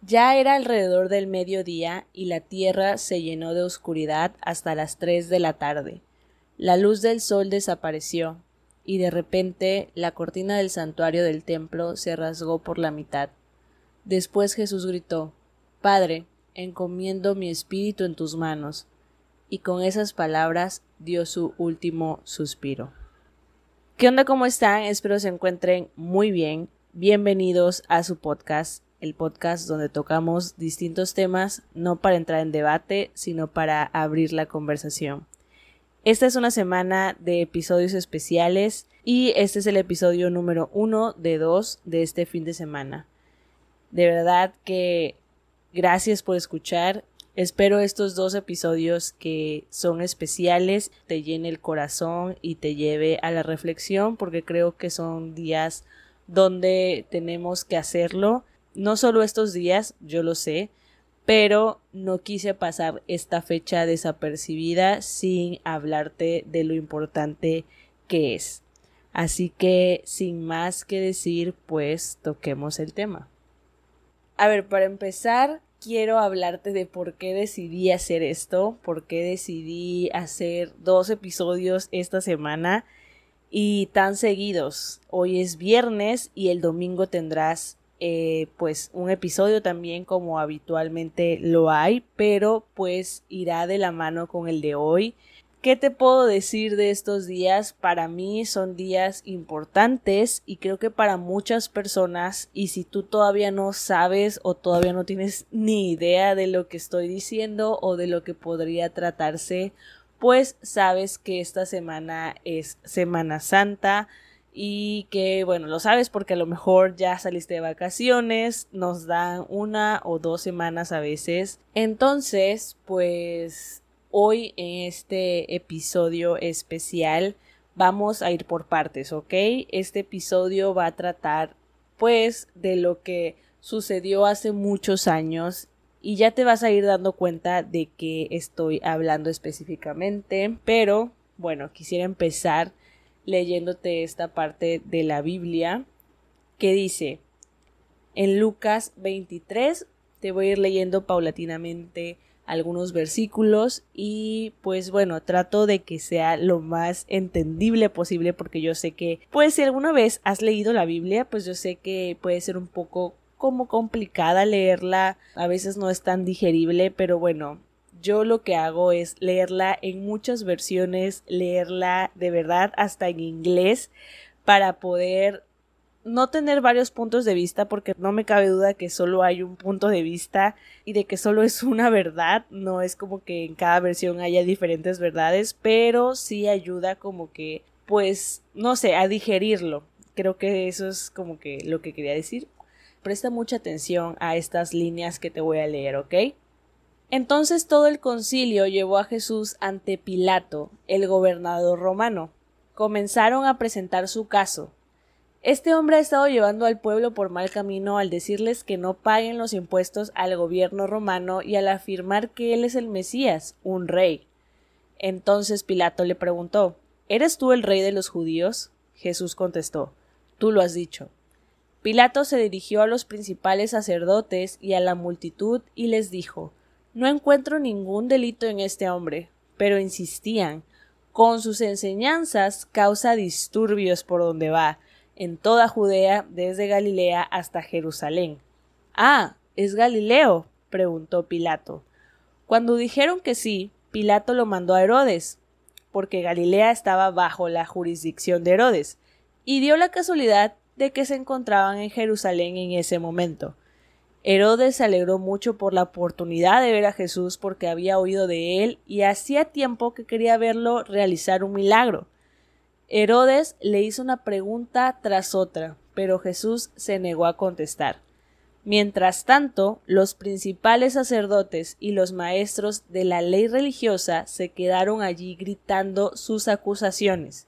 Ya era alrededor del mediodía y la tierra se llenó de oscuridad hasta las 3 de la tarde. La luz del sol desapareció y de repente la cortina del santuario del templo se rasgó por la mitad. Después Jesús gritó: «Padre, encomiendo mi espíritu en tus manos», y con esas palabras dio su último suspiro. ¿Qué onda? ¿Cómo están? Espero se encuentren muy bien. Bienvenidos a su podcast, el podcast donde tocamos distintos temas, no para entrar en debate, sino para abrir la conversación. Esta es una semana de episodios especiales y este es el episodio número 1 de 2 de este fin de semana. De verdad que gracias por escuchar. Espero estos 2 episodios que son especiales te llene el corazón y te lleve a la reflexión, porque creo que son días donde tenemos que hacerlo. No solo estos días, yo lo sé, pero no quise pasar esta fecha desapercibida sin hablarte de lo importante que es. Así que, sin más que decir, pues toquemos el tema. A ver, para empezar, quiero hablarte de por qué decidí hacer esto, por qué decidí hacer 2 episodios esta semana y tan seguidos. Hoy es viernes y el domingo tendrás pues un episodio también como habitualmente lo hay, pero pues irá de la mano con el de hoy. ¿Qué te puedo decir de estos días? Para mí son días importantes y creo que para muchas personas, y si tú todavía no sabes o todavía no tienes ni idea de lo que estoy diciendo o de lo que podría tratarse, pues sabes que esta semana es Semana Santa y que bueno, lo sabes porque a lo mejor ya saliste de vacaciones, nos dan 1 o 2 semanas a veces. Entonces, pues hoy en este episodio especial vamos a ir por partes, ¿ok? Este episodio va a tratar pues de lo que sucedió hace muchos años y ya te vas a ir dando cuenta de qué estoy hablando específicamente, pero bueno, quisiera empezar leyéndote esta parte de la Biblia que dice en Lucas 23, te voy a ir leyendo paulatinamente algunos versículos y pues bueno, trato de que sea lo más entendible posible porque yo sé que pues si alguna vez has leído la Biblia, pues yo sé que puede ser un poco como complicada leerla, a veces no es tan digerible, pero bueno, yo lo que hago es leerla en muchas versiones, leerla de verdad hasta en inglés para poder no tener varios puntos de vista, porque no me cabe duda que solo hay un punto de vista y de que solo es una verdad. No es como que en cada versión haya diferentes verdades, pero sí ayuda como que, pues, no sé, a digerirlo. Creo que eso es como que lo que quería decir. Presta mucha atención a estas líneas que te voy a leer, ¿ok? Entonces todo el concilio llevó a Jesús ante Pilato, el gobernador romano. Comenzaron a presentar su caso. Este hombre ha estado llevando al pueblo por mal camino al decirles que no paguen los impuestos al gobierno romano y al afirmar que él es el Mesías, un rey. Entonces Pilato le preguntó: ¿Eres tú el rey de los judíos? Jesús contestó: Tú lo has dicho. Pilato se dirigió a los principales sacerdotes y a la multitud y les dijo: No encuentro ningún delito en este hombre. Pero insistían: con sus enseñanzas causa disturbios por donde va, en toda Judea, desde Galilea hasta Jerusalén. «Ah, ¿es Galileo?», preguntó Pilato. Cuando dijeron que sí, Pilato lo mandó a Herodes, porque Galilea estaba bajo la jurisdicción de Herodes, y dio la casualidad de que se encontraban en Jerusalén en ese momento. Herodes se alegró mucho por la oportunidad de ver a Jesús porque había oído de él y hacía tiempo que quería verlo realizar un milagro. Herodes le hizo una pregunta tras otra, pero Jesús se negó a contestar. Mientras tanto, los principales sacerdotes y los maestros de la ley religiosa se quedaron allí gritando sus acusaciones.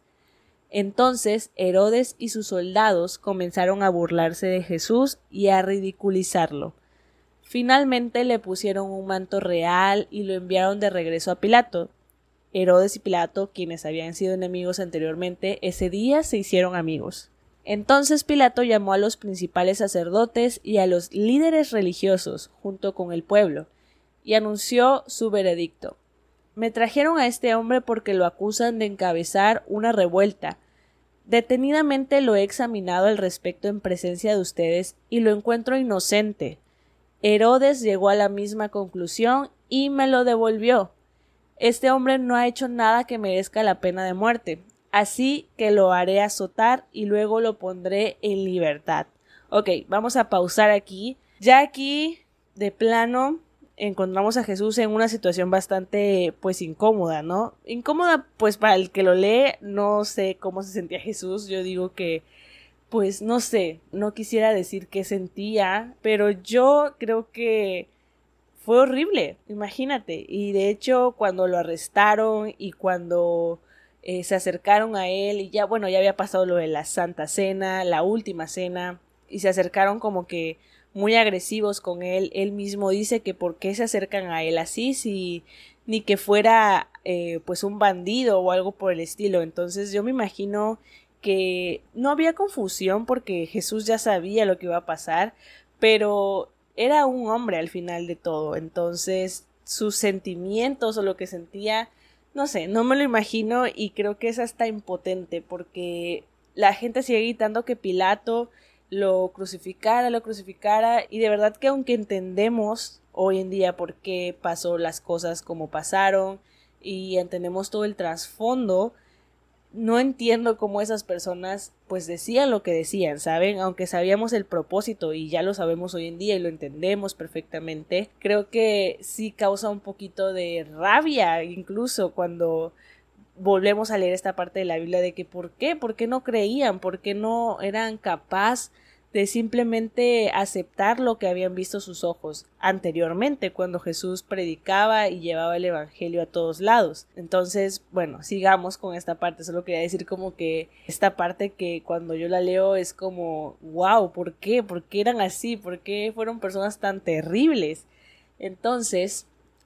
Entonces Herodes y sus soldados comenzaron a burlarse de Jesús y a ridiculizarlo. Finalmente le pusieron un manto real y lo enviaron de regreso a Pilato. Herodes y Pilato, quienes habían sido enemigos anteriormente, ese día se hicieron amigos. Entonces Pilato llamó a los principales sacerdotes y a los líderes religiosos, junto con el pueblo, y anunció su veredicto. Me trajeron a este hombre porque lo acusan de encabezar una revuelta. Detenidamente lo he examinado al respecto en presencia de ustedes y lo encuentro inocente. Herodes llegó a la misma conclusión y me lo devolvió. Este hombre no ha hecho nada que merezca la pena de muerte, así que lo haré azotar y luego lo pondré en libertad. Ok, vamos a pausar aquí. Ya aquí, de plano, encontramos a Jesús en una situación bastante, pues, incómoda, ¿no? Incómoda, pues, para el que lo lee, no sé cómo se sentía Jesús. Yo digo que, pues, no sé, no quisiera decir qué sentía, pero yo creo que fue horrible, imagínate. Y de hecho, cuando lo arrestaron y cuando se acercaron a él y ya, bueno, ya había pasado lo de la Santa Cena, la última cena, y se acercaron como que muy agresivos con él. Él mismo dice que por qué se acercan a él así, si ni que fuera pues un bandido o algo por el estilo. Entonces yo me imagino que no había confusión porque Jesús ya sabía lo que iba a pasar, pero era un hombre al final de todo. Entonces sus sentimientos o lo que sentía, no sé, no me lo imagino, y creo que es hasta impotente porque la gente sigue gritando que Pilato lo crucificara, y de verdad que aunque entendemos hoy en día por qué pasó las cosas como pasaron y entendemos todo el trasfondo, no entiendo cómo esas personas pues decían lo que decían, ¿saben? Aunque sabíamos el propósito y ya lo sabemos hoy en día y lo entendemos perfectamente, creo que sí causa un poquito de rabia incluso cuando volvemos a leer esta parte de la Biblia de que ¿por qué no creían? ¿Por qué no eran capaces de simplemente aceptar lo que habían visto sus ojos anteriormente cuando Jesús predicaba y llevaba el evangelio a todos lados? Entonces, bueno, sigamos con esta parte. Solo quería decir como que esta parte que cuando yo la leo es como wow, ¿por qué? ¿Por qué eran así? ¿Por qué fueron personas tan terribles? Entonces,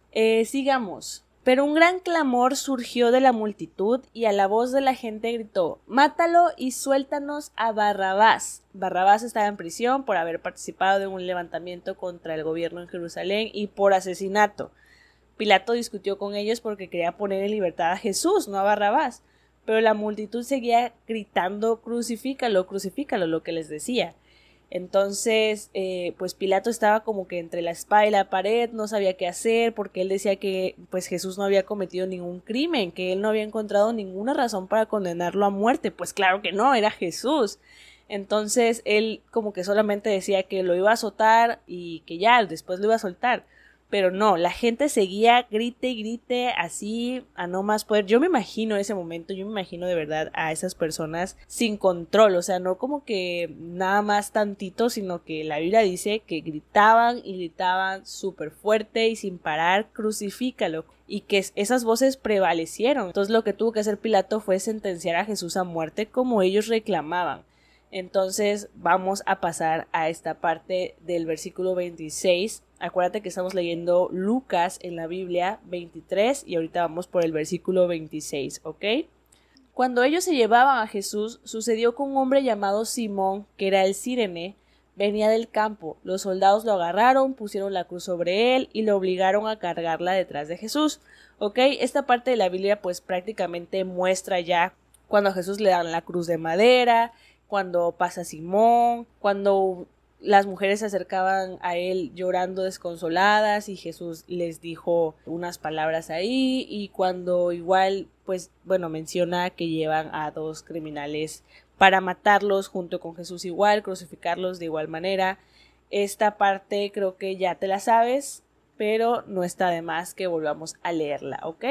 sigamos. Pero un gran clamor surgió de la multitud y a la voz de la gente gritó: «Mátalo y suéltanos a Barrabás». Barrabás estaba en prisión por haber participado de un levantamiento contra el gobierno en Jerusalén y por asesinato. Pilato discutió con ellos porque quería poner en libertad a Jesús, no a Barrabás. Pero la multitud seguía gritando: «Crucifícalo, crucifícalo», lo que les decía. Entonces, pues Pilato estaba como que entre la espada y la pared, no sabía qué hacer, porque él decía que pues Jesús no había cometido ningún crimen, que él no había encontrado ninguna razón para condenarlo a muerte. Pues claro que no, era Jesús. Entonces él como que solamente decía que lo iba a azotar y que ya después lo iba a soltar. Pero no, la gente seguía grite y grite así a no más poder. Yo me imagino ese momento, yo me imagino de verdad a esas personas sin control, o sea, no como que nada más tantito, sino que la Biblia dice que gritaban y gritaban súper fuerte y sin parar: «Crucifícalo», y que esas voces prevalecieron. Entonces lo que tuvo que hacer Pilato fue sentenciar a Jesús a muerte como ellos reclamaban. Entonces vamos a pasar a esta parte del versículo 26. Acuérdate que estamos leyendo Lucas en la Biblia 23 y ahorita vamos por el versículo 26, ¿ok? Cuando ellos se llevaban a Jesús, sucedió con un hombre llamado Simón, que era el Cirene, venía del campo. Los soldados lo agarraron, pusieron la cruz sobre él y lo obligaron a cargarla detrás de Jesús, ¿ok? Esta parte de la Biblia pues prácticamente muestra ya cuando a Jesús le dan la cruz de madera, cuando pasa Simón, cuando las mujeres se acercaban a él llorando desconsoladas y Jesús les dijo unas palabras ahí, y cuando igual pues bueno menciona que llevan a dos criminales para matarlos junto con Jesús igual, crucificarlos de igual manera. Esta parte creo que ya te la sabes, pero no está de más que volvamos a leerla, ¿ok?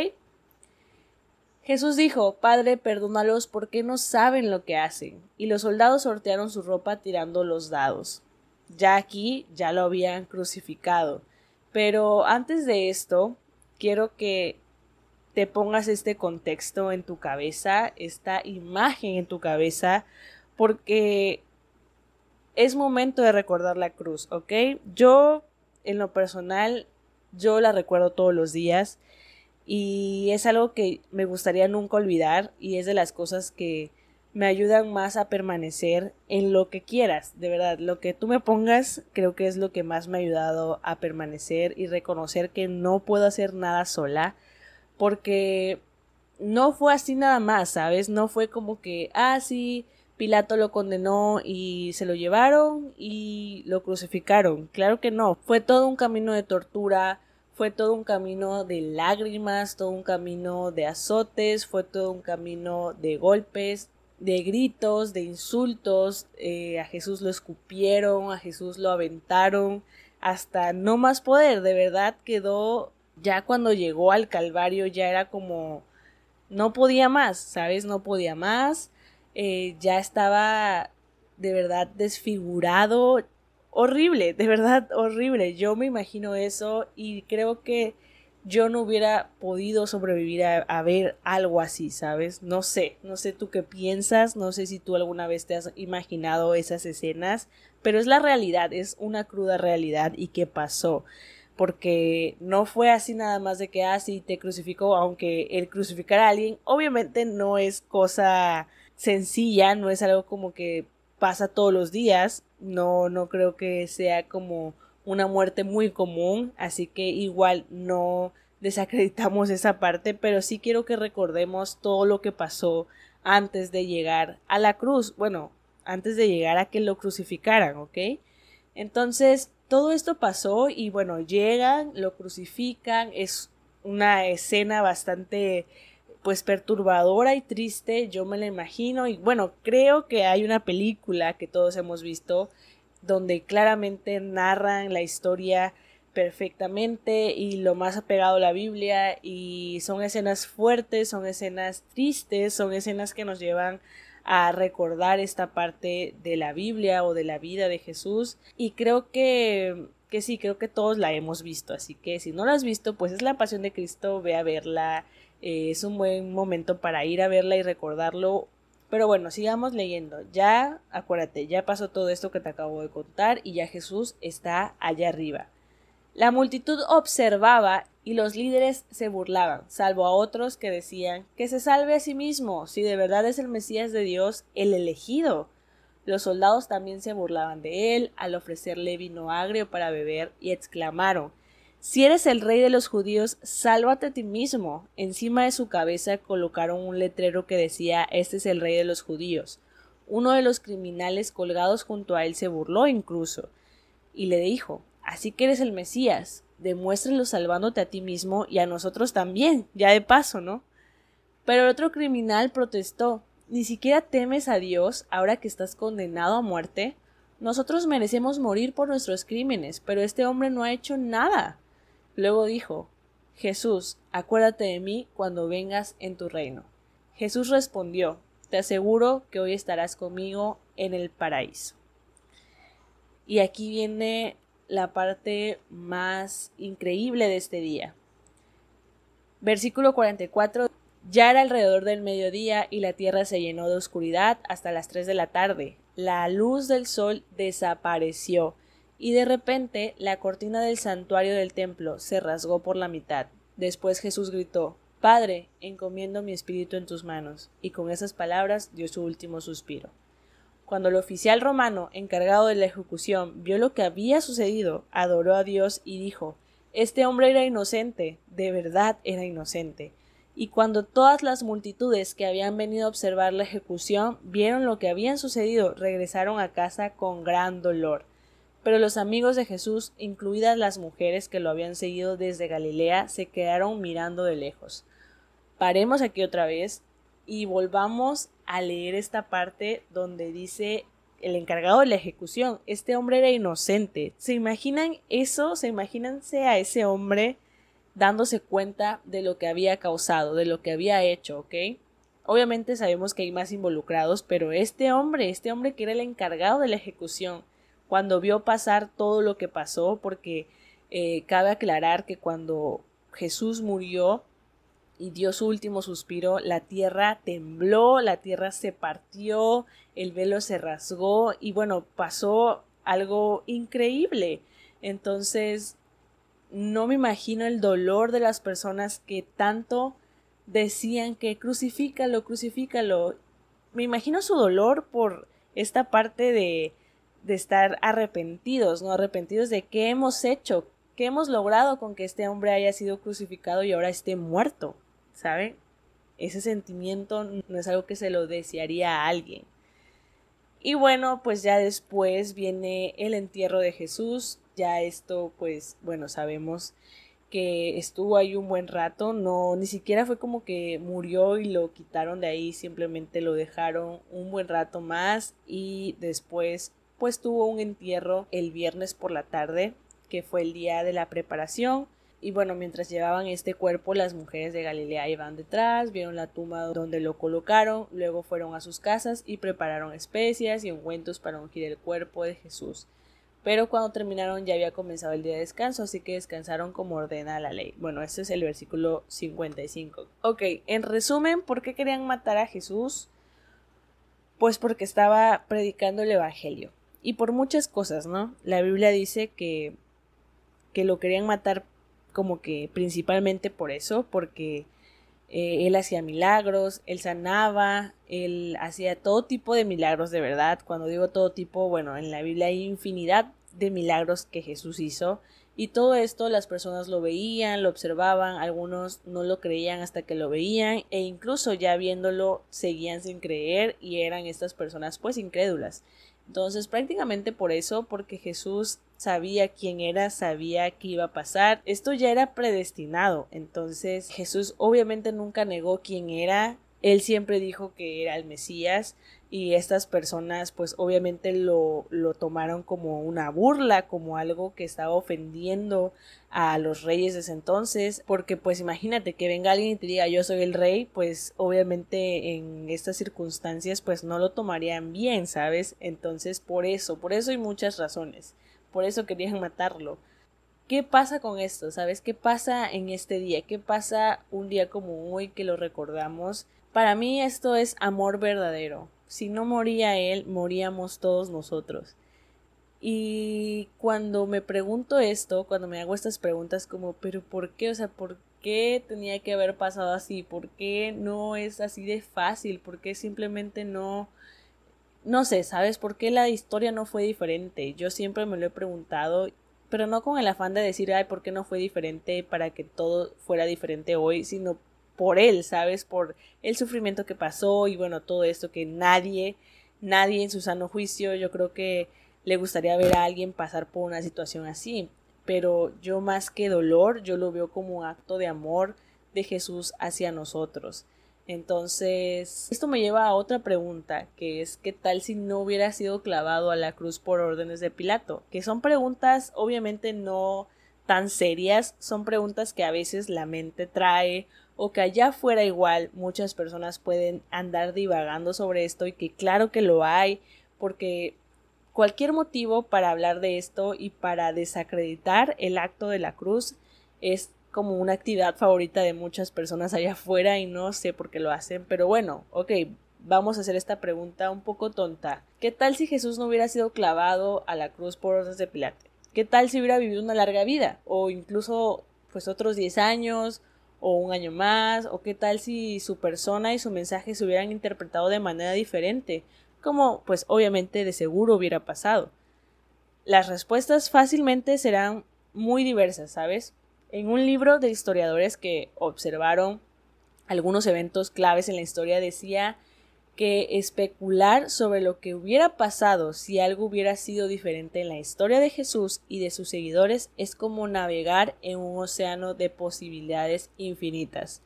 Jesús dijo: «Padre, perdónalos porque no saben lo que hacen». Y los soldados sortearon su ropa tirando los dados. Ya aquí ya lo habían crucificado. Pero antes de esto, quiero que te pongas este contexto en tu cabeza, esta imagen en tu cabeza, porque es momento de recordar la cruz, ¿ok? Yo, en lo personal, yo la recuerdo todos los días. Y es algo que me gustaría nunca olvidar, y es de las cosas que me ayudan más a permanecer en lo que quieras, de verdad, lo que tú me pongas creo que es lo que más me ha ayudado a permanecer y reconocer que no puedo hacer nada sola, porque no fue así nada más, ¿sabes? No fue como que, sí, Pilato lo condenó y se lo llevaron y lo crucificaron. Claro que no, fue todo un camino de tortura, fue todo un camino de lágrimas, todo un camino de azotes, fue todo un camino de golpes, de gritos, de insultos. A Jesús lo escupieron, a Jesús lo aventaron, hasta no más poder. De verdad quedó, ya cuando llegó al Calvario ya era como no podía más, ¿sabes? No podía más, ya estaba de verdad desfigurado, horrible, de verdad horrible. Yo me imagino eso y creo que yo no hubiera podido sobrevivir a ver algo así, ¿sabes? No sé tú qué piensas, no sé si tú alguna vez te has imaginado esas escenas, pero es la realidad, es una cruda realidad y qué pasó, porque no fue así nada más de que sí te crucificó, aunque el crucificar a alguien obviamente no es cosa sencilla, no es algo como que pasa todos los días, no creo que sea como una muerte muy común, así que igual no desacreditamos esa parte, pero sí quiero que recordemos todo lo que pasó antes de llegar a la cruz, bueno, antes de llegar a que lo crucificaran, ¿ok? Entonces, todo esto pasó y bueno, llegan, lo crucifican, es una escena bastante pues perturbadora y triste, yo me la imagino y bueno, creo que hay una película que todos hemos visto donde claramente narran la historia perfectamente y lo más apegado a la Biblia y son escenas fuertes, son escenas tristes, son escenas que nos llevan a recordar esta parte de la Biblia o de la vida de Jesús y creo que sí, creo que todos la hemos visto, así que si no la has visto, pues es la Pasión de Cristo, ve a verla, es un buen momento para ir a verla y recordarlo. Pero bueno, sigamos leyendo. Ya, acuérdate, ya pasó todo esto que te acabo de contar y ya Jesús está allá arriba. La multitud observaba y los líderes se burlaban, salvo a otros que decían que se salve a sí mismo, si de verdad es el Mesías de Dios, el elegido. Los soldados también se burlaban de él al ofrecerle vino agrio para beber y exclamaron: si eres el rey de los judíos, sálvate a ti mismo. Encima de su cabeza colocaron un letrero que decía: este es el rey de los judíos. Uno de los criminales colgados junto a él se burló incluso y le dijo: así que eres el Mesías, demuéstralo salvándote a ti mismo y a nosotros también, ya de paso, ¿no? Pero el otro criminal protestó: ¿ni siquiera temes a Dios ahora que estás condenado a muerte? Nosotros merecemos morir por nuestros crímenes, pero este hombre no ha hecho nada. Luego dijo: Jesús, acuérdate de mí cuando vengas en tu reino. Jesús respondió: te aseguro que hoy estarás conmigo en el paraíso. Y aquí viene la parte más increíble de este día. Versículo 44. Ya era alrededor del mediodía y la tierra se llenó de oscuridad hasta las 3 de la tarde. La luz del sol desapareció y de repente la cortina del santuario del templo se rasgó por la mitad. Después Jesús gritó: Padre, encomiendo mi espíritu en tus manos. Y con esas palabras dio su último suspiro. Cuando el oficial romano encargado de la ejecución vio lo que había sucedido, adoró a Dios y dijo: este hombre era inocente, de verdad era inocente. Y cuando todas las multitudes que habían venido a observar la ejecución vieron lo que había sucedido, regresaron a casa con gran dolor. Pero los amigos de Jesús, incluidas las mujeres que lo habían seguido desde Galilea, se quedaron mirando de lejos. Paremos aquí otra vez y volvamos a leer esta parte donde dice el encargado de la ejecución: este hombre era inocente. ¿Se imaginan eso? ¿Se imagínense a ese hombre dándose cuenta de lo que había causado, de lo que había hecho, ¿ok? Obviamente sabemos que hay más involucrados, pero este hombre que era el encargado de la ejecución, cuando vio pasar todo lo que pasó, porque cabe aclarar que cuando Jesús murió y dio su último suspiro, la tierra tembló, la tierra se partió, el velo se rasgó y bueno, pasó algo increíble. Entonces, no me imagino el dolor de las personas que tanto decían que crucifícalo, crucifícalo. me imagino su dolor por esta parte de estar arrepentidos, ¿no? Arrepentidos de qué hemos hecho, qué hemos logrado con que este hombre haya sido crucificado y ahora esté muerto, ¿saben? Ese sentimiento no es algo que se lo desearía a alguien. Y bueno, pues ya después viene el entierro de Jesús. Ya esto, pues, bueno, sabemos que estuvo ahí un buen rato. No, ni siquiera fue como que murió y lo quitaron de ahí. Simplemente lo dejaron un buen rato más. Y después, pues, tuvo un entierro el viernes por la tarde, que fue el día de la preparación. Y bueno, mientras llevaban este cuerpo, las mujeres de Galilea iban detrás, vieron la tumba donde lo colocaron, luego fueron a sus casas y prepararon especias y ungüentos para ungir el cuerpo de Jesús. Pero cuando terminaron ya había comenzado el día de descanso, así que descansaron como ordena la ley. Bueno, este es el versículo 55. Ok, en resumen, ¿por qué querían matar a Jesús? Pues porque estaba predicando el evangelio. Y por muchas cosas, ¿no? La Biblia dice que lo querían matar como que principalmente por eso, porque él hacía milagros, él sanaba, él hacía todo tipo de milagros de verdad. Cuando digo todo tipo, bueno, en la Biblia hay infinidad de milagros que Jesús hizo, y todo esto las personas lo veían, lo observaban, algunos no lo creían hasta que lo veían, e incluso ya viéndolo seguían sin creer, y eran estas personas pues incrédulas. Entonces prácticamente por eso, porque Jesús sabía quién era, sabía qué iba a pasar, esto ya era predestinado. Entonces Jesús obviamente nunca negó quién era, él siempre dijo que era el Mesías, y estas personas pues obviamente lo tomaron como una burla, como algo que estaba ofendiendo a los reyes de ese entonces, porque pues imagínate que venga alguien y te diga yo soy el rey, pues obviamente en estas circunstancias pues no lo tomarían bien, ¿sabes? Entonces por eso hay muchas razones, por eso querían matarlo. ¿Qué pasa con esto? ¿Sabes? ¿Qué pasa en este día? ¿Qué pasa un día como hoy que lo recordamos? Para mí esto es amor verdadero. Si no moría él, moríamos todos nosotros. Y cuando me pregunto esto, cuando me hago estas preguntas como, pero ¿por qué? O sea, ¿por qué tenía que haber pasado así? ¿Por qué no es así de fácil? ¿Por qué simplemente no? No sé, ¿sabes? ¿Por qué la historia no fue diferente? Yo siempre me lo he preguntado, pero no con el afán de decir, ay, ¿por qué no fue diferente para que todo fuera diferente hoy? Sino por él, ¿sabes? Por el sufrimiento que pasó y bueno, todo esto que nadie en su sano juicio, yo creo que le gustaría ver a alguien pasar por una situación así. Pero yo más que dolor, yo lo veo como un acto de amor de Jesús hacia nosotros. Entonces, esto me lleva a otra pregunta, que es ¿qué tal si no hubiera sido clavado a la cruz por órdenes de Pilato? Que son preguntas obviamente no tan serias, son preguntas que a veces la mente trae, o que allá afuera igual muchas personas pueden andar divagando sobre esto, y que claro que lo hay, porque cualquier motivo para hablar de esto y para desacreditar el acto de la cruz es como una actividad favorita de muchas personas allá afuera, y no sé por qué lo hacen, pero bueno, ok, vamos a hacer esta pregunta un poco tonta. ¿Qué tal si Jesús no hubiera sido clavado a la cruz por órdenes de Pilato? ¿Qué tal si hubiera vivido una larga vida? O incluso pues otros 10 años o un año más, o qué tal si su persona y su mensaje se hubieran interpretado de manera diferente, como pues obviamente de seguro hubiera pasado. Las respuestas fácilmente serán muy diversas, ¿sabes? En un libro de historiadores que observaron algunos eventos claves en la historia decía que especular sobre lo que hubiera pasado si algo hubiera sido diferente en la historia de Jesús y de sus seguidores es como navegar en un océano de posibilidades infinitas.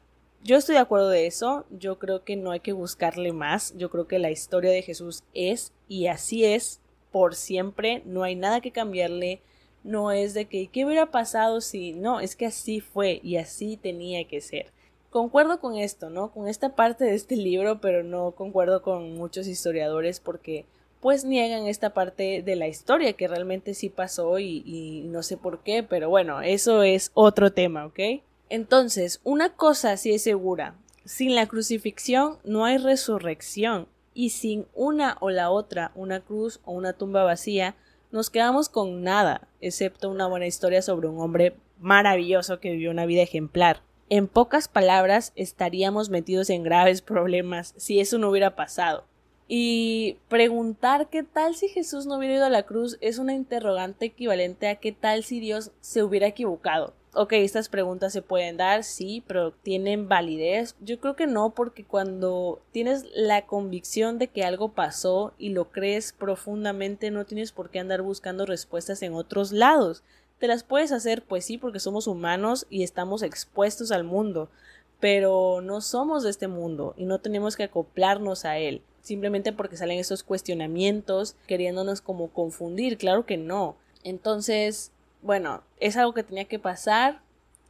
Yo estoy de acuerdo de eso, yo creo que no hay que buscarle más, yo creo que la historia de Jesús es y así es por siempre, no hay nada que cambiarle, no es de que ¿qué hubiera pasado si? No, es que así fue y así tenía que ser. Concuerdo con esto, ¿no? Con esta parte de este libro, pero no concuerdo con muchos historiadores porque pues niegan esta parte de la historia que realmente sí pasó y no sé por qué, pero bueno, eso es otro tema, ¿ok? Entonces, una cosa sí es segura, sin la crucifixión no hay resurrección, y sin una o la otra, una cruz o una tumba vacía, nos quedamos con nada, excepto una buena historia sobre un hombre maravilloso que vivió una vida ejemplar. En pocas palabras, estaríamos metidos en graves problemas si eso no hubiera pasado. Y preguntar qué tal si Jesús no hubiera ido a la cruz es una interrogante equivalente a qué tal si Dios se hubiera equivocado. Ok, estas preguntas se pueden dar, sí, pero ¿tienen validez? Yo creo que no, porque cuando tienes la convicción de que algo pasó y lo crees profundamente, no tienes por qué andar buscando respuestas en otros lados. Te las puedes hacer, pues sí, porque somos humanos y estamos expuestos al mundo, pero no somos de este mundo y no tenemos que acoplarnos a él, simplemente porque salen estos cuestionamientos queriéndonos como confundir, claro que no. Entonces, bueno, es algo que tenía que pasar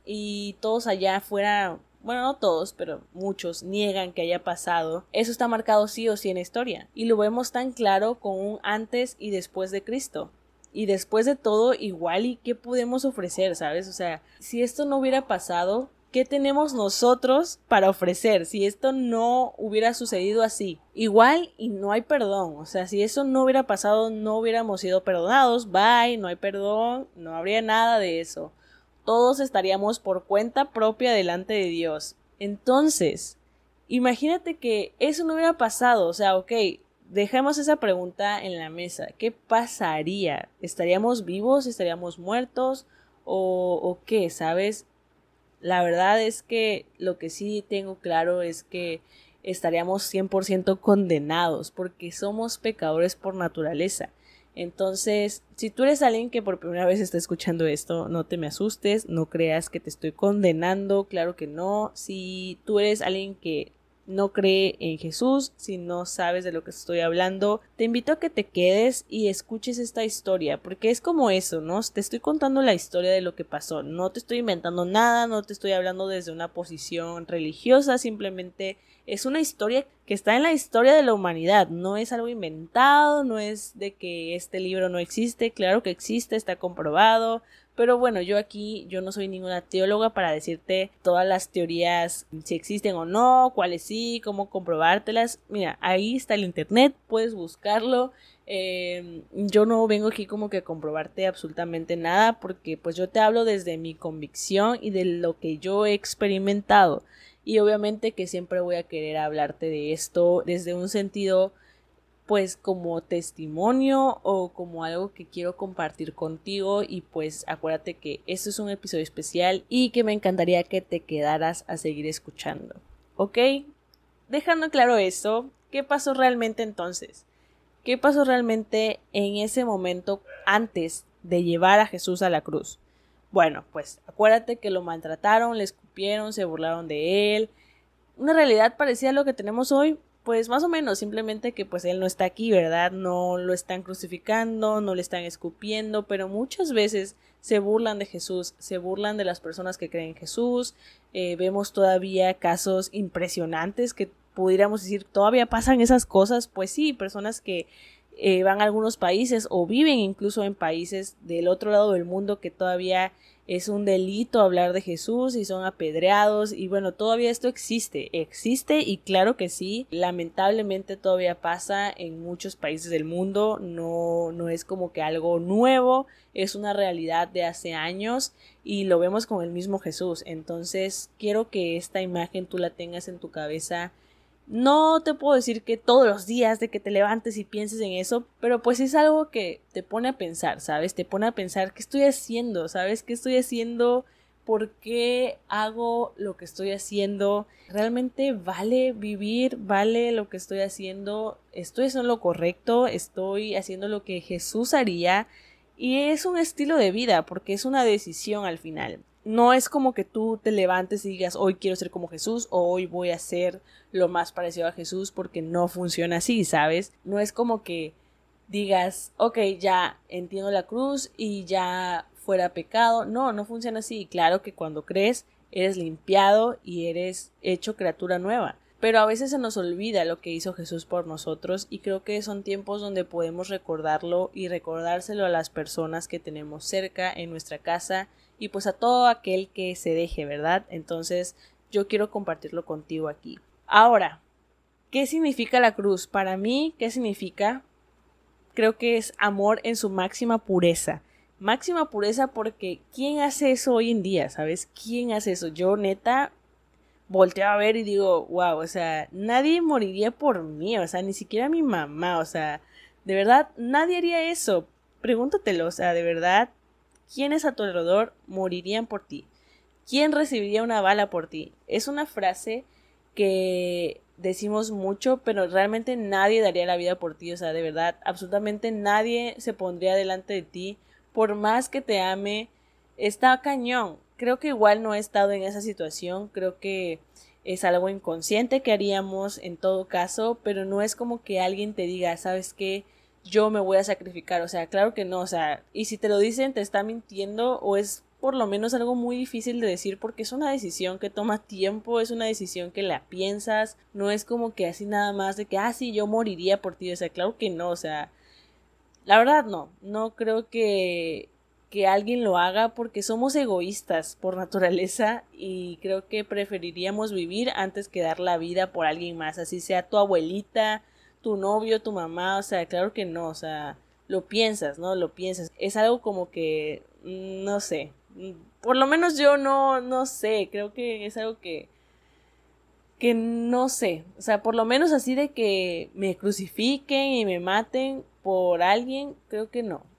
y todos allá afuera, bueno, no todos, pero muchos niegan que haya pasado. Eso está marcado sí o sí en la historia y lo vemos tan claro con un antes y después de Cristo. Y después de todo, igual, ¿y qué podemos ofrecer, sabes? O sea, si esto no hubiera pasado, ¿qué tenemos nosotros para ofrecer si esto no hubiera sucedido así? Igual y no hay perdón, o sea, si eso no hubiera pasado, no hubiéramos sido perdonados, bye, no hay perdón, no habría nada de eso. Todos estaríamos por cuenta propia delante de Dios. Entonces, imagínate que eso no hubiera pasado, o sea, ok, dejemos esa pregunta en la mesa. ¿Qué pasaría? ¿Estaríamos vivos? ¿Estaríamos muertos? ¿O qué? ¿Sabes? La verdad es que lo que sí tengo claro es que estaríamos 100% condenados porque somos pecadores por naturaleza. Entonces, si tú eres alguien que por primera vez está escuchando esto, no te me asustes, no creas que te estoy condenando, claro que no. Si tú eres alguien que no cree en Jesús, si no sabes de lo que estoy hablando, te invito a que te quedes y escuches esta historia, porque es como eso, ¿no? Te estoy contando la historia de lo que pasó, no te estoy inventando nada, no te estoy hablando desde una posición religiosa, simplemente es una historia que está en la historia de la humanidad, no es algo inventado, no es de que este libro no existe, claro que existe, está comprobado. Pero bueno, yo no soy ninguna teóloga para decirte todas las teorías, si existen o no, cuáles sí, cómo comprobártelas. Mira, ahí está el internet, puedes buscarlo. Yo no vengo aquí como que a comprobarte absolutamente nada, porque pues yo te hablo desde mi convicción y de lo que yo he experimentado. Y obviamente que siempre voy a querer hablarte de esto desde un sentido pues como testimonio o como algo que quiero compartir contigo, y pues acuérdate que este es un episodio especial y que me encantaría que te quedaras a seguir escuchando, ¿ok? Dejando claro eso, ¿qué pasó realmente entonces? ¿Qué pasó realmente en ese momento antes de llevar a Jesús a la cruz? Bueno, pues acuérdate que lo maltrataron, le escupieron, se burlaron de él. Una realidad parecida a lo que tenemos hoy, pues más o menos, simplemente que pues él no está aquí, ¿verdad? No lo están crucificando, no le están escupiendo, pero muchas veces se burlan de Jesús, se burlan de las personas que creen en Jesús. Vemos todavía casos impresionantes que pudiéramos decir, todavía pasan esas cosas, pues sí, personas que van a algunos países o viven incluso en países del otro lado del mundo que todavía es un delito hablar de Jesús y son apedreados, y bueno, todavía esto existe y claro que sí, lamentablemente todavía pasa en muchos países del mundo, no es como que algo nuevo, es una realidad de hace años y lo vemos con el mismo Jesús. Entonces quiero que esta imagen tú la tengas en tu cabeza. No te puedo decir que todos los días de que te levantes y pienses en eso, pero pues es algo que te pone a pensar, ¿sabes? Te pone a pensar qué estoy haciendo, ¿sabes? ¿Qué estoy haciendo? ¿Por qué hago lo que estoy haciendo? ¿Realmente vale vivir? ¿Vale lo que estoy haciendo? ¿Estoy haciendo lo correcto? ¿Estoy haciendo lo que Jesús haría? Y es un estilo de vida, porque es una decisión al final. No es como que tú te levantes y digas, hoy quiero ser como Jesús o hoy voy a ser lo más parecido a Jesús, porque no funciona así, ¿sabes? No es como que digas, ok, ya entiendo la cruz y ya fuera pecado. No funciona así. Claro que cuando crees eres limpiado y eres hecho criatura nueva. Pero a veces se nos olvida lo que hizo Jesús por nosotros, y creo que son tiempos donde podemos recordarlo y recordárselo a las personas que tenemos cerca, en nuestra casa, y pues a todo aquel que se deje, ¿verdad? Entonces yo quiero compartirlo contigo aquí. Ahora, ¿qué significa la cruz? Para mí, ¿qué significa? Creo que es amor en su máxima pureza. máxima pureza, porque ¿quién hace eso hoy en día? ¿Sabes? ¿Quién hace eso? Yo neta volteo a ver y digo, wow, o sea, nadie moriría por mí, o sea, ni siquiera mi mamá, o sea, de verdad, nadie haría eso. Pregúntatelo, o sea, de verdad, ¿quiénes a tu alrededor morirían por ti? ¿Quién recibiría una bala por ti? Es una frase que decimos mucho, pero realmente nadie daría la vida por ti, o sea, de verdad, absolutamente nadie se pondría delante de ti, por más que te ame, está cañón. Creo que igual no he estado en esa situación, creo que es algo inconsciente que haríamos en todo caso, pero no es como que alguien te diga, ¿sabes qué? Yo me voy a sacrificar, o sea, claro que no, o sea, y si te lo dicen te está mintiendo o es por lo menos algo muy difícil de decir porque es una decisión que toma tiempo, es una decisión que la piensas, no es como que así nada más de que, sí, yo moriría por ti, o sea, claro que no, o sea, la verdad no creo que alguien lo haga porque somos egoístas por naturaleza y creo que preferiríamos vivir antes que dar la vida por alguien más, así sea tu abuelita, tu novio, tu mamá, o sea, claro que no, o sea, lo piensas, ¿no? Lo piensas. Es algo como que, no sé, por lo menos yo no sé, creo que es algo que no sé, o sea, por lo menos así de que me crucifiquen y me maten por alguien, creo que no,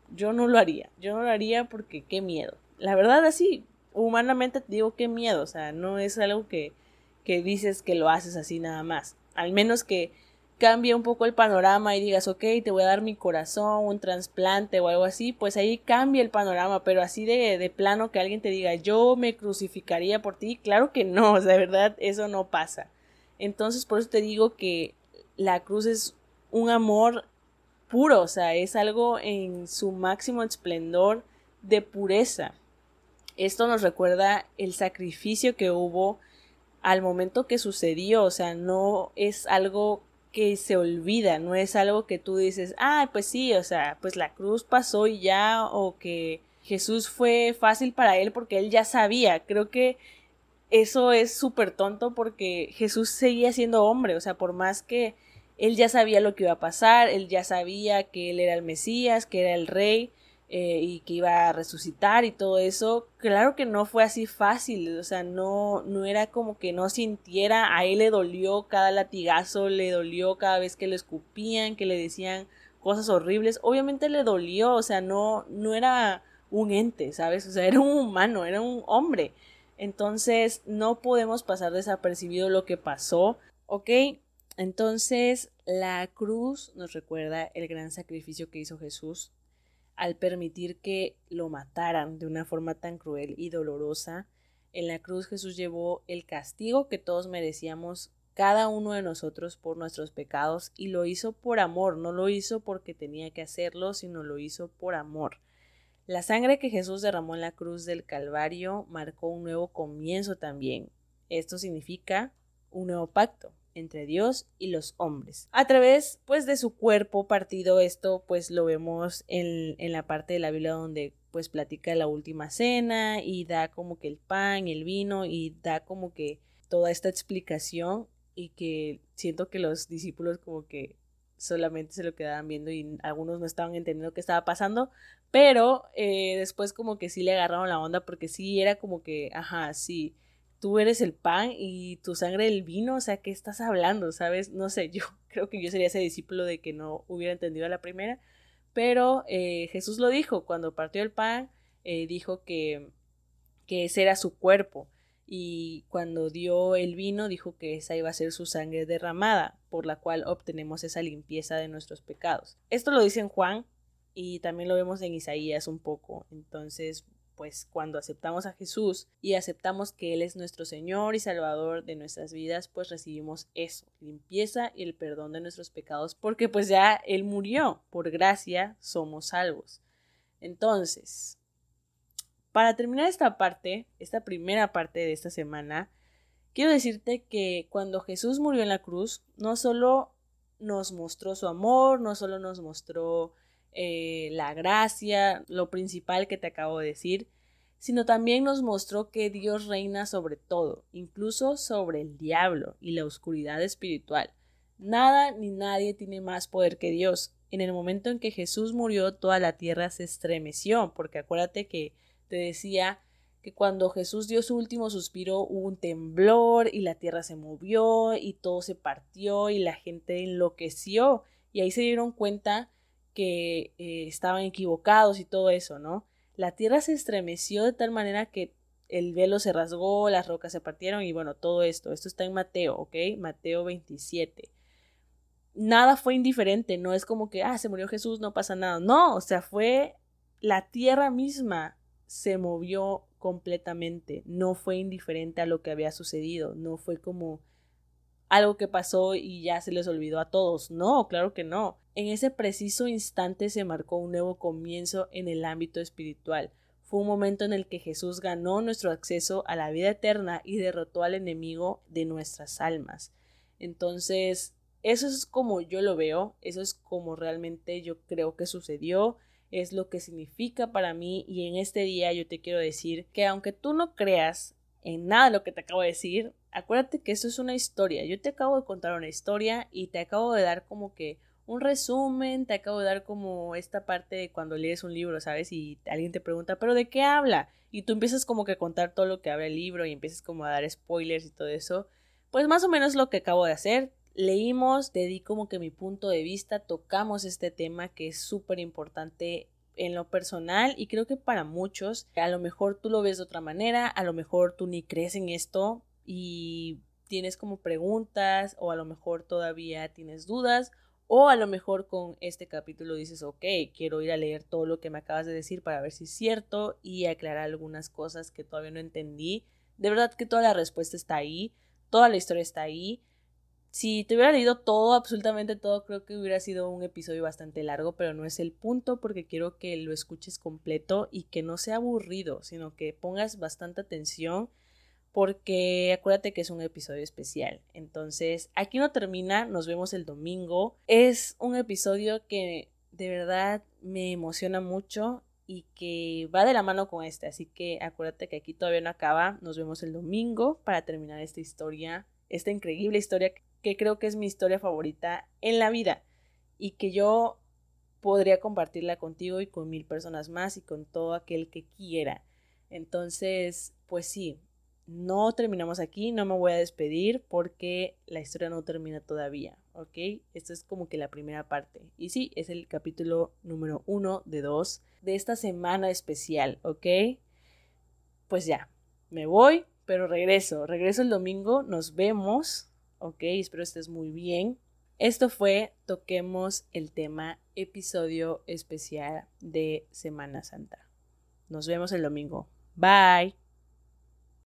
yo no lo haría porque qué miedo, la verdad así, humanamente te digo qué miedo, o sea, no es algo que dices que lo haces así nada más, al menos que cambie un poco el panorama y digas, ok, te voy a dar mi corazón, un trasplante o algo así, pues ahí cambia el panorama, pero así de plano que alguien te diga, yo me crucificaría por ti, claro que no, o sea, de verdad, eso no pasa. Entonces, por eso te digo que la cruz es un amor puro, o sea, es algo en su máximo esplendor de pureza. Esto nos recuerda el sacrificio que hubo al momento que sucedió, o sea, no es algo que se olvida, no es algo que tú dices, pues sí, o sea, pues la cruz pasó y ya, o que Jesús fue fácil para él porque él ya sabía. Creo que eso es súper tonto porque Jesús seguía siendo hombre, o sea, por más que él ya sabía lo que iba a pasar, él ya sabía que él era el Mesías, que era el rey, y que iba a resucitar y todo eso, claro que no fue así fácil, o sea, no era como que no sintiera, a él le dolió cada latigazo, le dolió cada vez que le escupían, que le decían cosas horribles, obviamente le dolió, o sea, no era un ente, ¿sabes? O sea, era un humano, era un hombre. Entonces no podemos pasar desapercibido lo que pasó, ¿ok? Entonces la cruz nos recuerda el gran sacrificio que hizo Jesús al permitir que lo mataran de una forma tan cruel y dolorosa. En la cruz Jesús llevó el castigo que todos merecíamos cada uno de nosotros por nuestros pecados y lo hizo por amor, no lo hizo porque tenía que hacerlo, sino lo hizo por amor. La sangre que Jesús derramó en la cruz del Calvario marcó un nuevo comienzo también. Esto significa un nuevo pacto entre Dios y los hombres. A través, pues, de su cuerpo partido, esto, pues, lo vemos en la parte de la Biblia donde, pues, platica la última cena y da como que el pan, el vino y da como que toda esta explicación y que siento que los discípulos como que solamente se lo quedaban viendo y algunos no estaban entendiendo qué estaba pasando, pero después como que sí le agarraron la onda porque sí era como que, sí, tú eres el pan y tu sangre el vino, o sea, ¿qué estás hablando? ¿Sabes? No sé, yo creo que yo sería ese discípulo de que no hubiera entendido a la primera, pero Jesús lo dijo, cuando partió el pan, dijo que ese era su cuerpo y cuando dio el vino dijo que esa iba a ser su sangre derramada, por la cual obtenemos esa limpieza de nuestros pecados. Esto lo dice en Juan y también lo vemos en Isaías un poco. Entonces, pues cuando aceptamos a Jesús y aceptamos que Él es nuestro Señor y Salvador de nuestras vidas, pues recibimos eso, limpieza y el perdón de nuestros pecados, porque pues ya Él murió, por gracia somos salvos. Entonces, para terminar esta parte, esta primera parte de esta semana, quiero decirte que cuando Jesús murió en la cruz, no solo nos mostró su amor, no solo nos mostró la gracia, lo principal que te acabo de decir, sino también nos mostró que Dios reina sobre todo, incluso sobre el diablo y la oscuridad espiritual. Nada ni nadie tiene más poder que Dios. en el momento en que Jesús murió, toda la tierra se estremeció, porque acuérdate que te decía que cuando Jesús dio su último suspiro hubo un temblor y la tierra se movió y todo se partió y la gente enloqueció y ahí se dieron cuenta que estaban equivocados y todo eso, ¿no? La tierra se estremeció de tal manera que el velo se rasgó, las rocas se partieron y bueno, todo esto está en Mateo, ¿ok? Mateo 27. Nada fue indiferente, no es como que, se murió Jesús, no pasa nada. No, o sea, fue la tierra misma se movió completamente, no fue indiferente a lo que había sucedido, no fue como algo que pasó y ya se les olvidó a todos. No, claro que no. En ese preciso instante se marcó un nuevo comienzo en el ámbito espiritual. Fue un momento en el que Jesús ganó nuestro acceso a la vida eterna y derrotó al enemigo de nuestras almas. Entonces, eso es como yo lo veo, eso es como realmente yo creo que sucedió, es lo que significa para mí y en este día yo te quiero decir que aunque tú no creas en nada de lo que te acabo de decir, acuérdate que esto es una historia. Yo te acabo de contar una historia y te acabo de dar como que un resumen, te acabo de dar como esta parte de cuando lees un libro, ¿sabes? Y alguien te pregunta, ¿pero de qué habla? Y tú empiezas como que a contar todo lo que habla el libro y empiezas como a dar spoilers y todo eso. Pues más o menos lo que acabo de hacer. Leímos, te di como que mi punto de vista, tocamos este tema que es súper importante en lo personal y creo que para muchos a lo mejor tú lo ves de otra manera, a lo mejor tú ni crees en esto y tienes como preguntas o a lo mejor todavía tienes dudas o a lo mejor con este capítulo dices ok, quiero ir a leer todo lo que me acabas de decir para ver si es cierto y aclarar algunas cosas que todavía no entendí. De verdad que toda la respuesta está ahí, toda la historia está ahí. Si te hubiera leído todo, absolutamente todo, creo que hubiera sido un episodio bastante largo, pero no es el punto porque quiero que lo escuches completo y que no sea aburrido, sino que pongas bastante atención porque acuérdate que es un episodio especial. Entonces, aquí no termina, nos vemos el domingo. Es un episodio que de verdad me emociona mucho y que va de la mano con este, así que acuérdate que aquí todavía no acaba. Nos vemos el domingo para terminar esta historia, esta increíble historia que creo que es mi historia favorita en la vida y que yo podría compartirla contigo y con 1000 personas más y con todo aquel que quiera. Entonces, pues sí, no terminamos aquí, no me voy a despedir porque la historia no termina todavía, ¿ok? Esto es como que la primera parte. Y sí, es el capítulo número 1 de 2 de esta semana especial, ¿ok? Pues ya, me voy, pero regreso el domingo, nos vemos, ¿ok? Espero estés muy bien. Esto fue Toquemos el tema, episodio especial de Semana Santa. Nos vemos el domingo. Bye.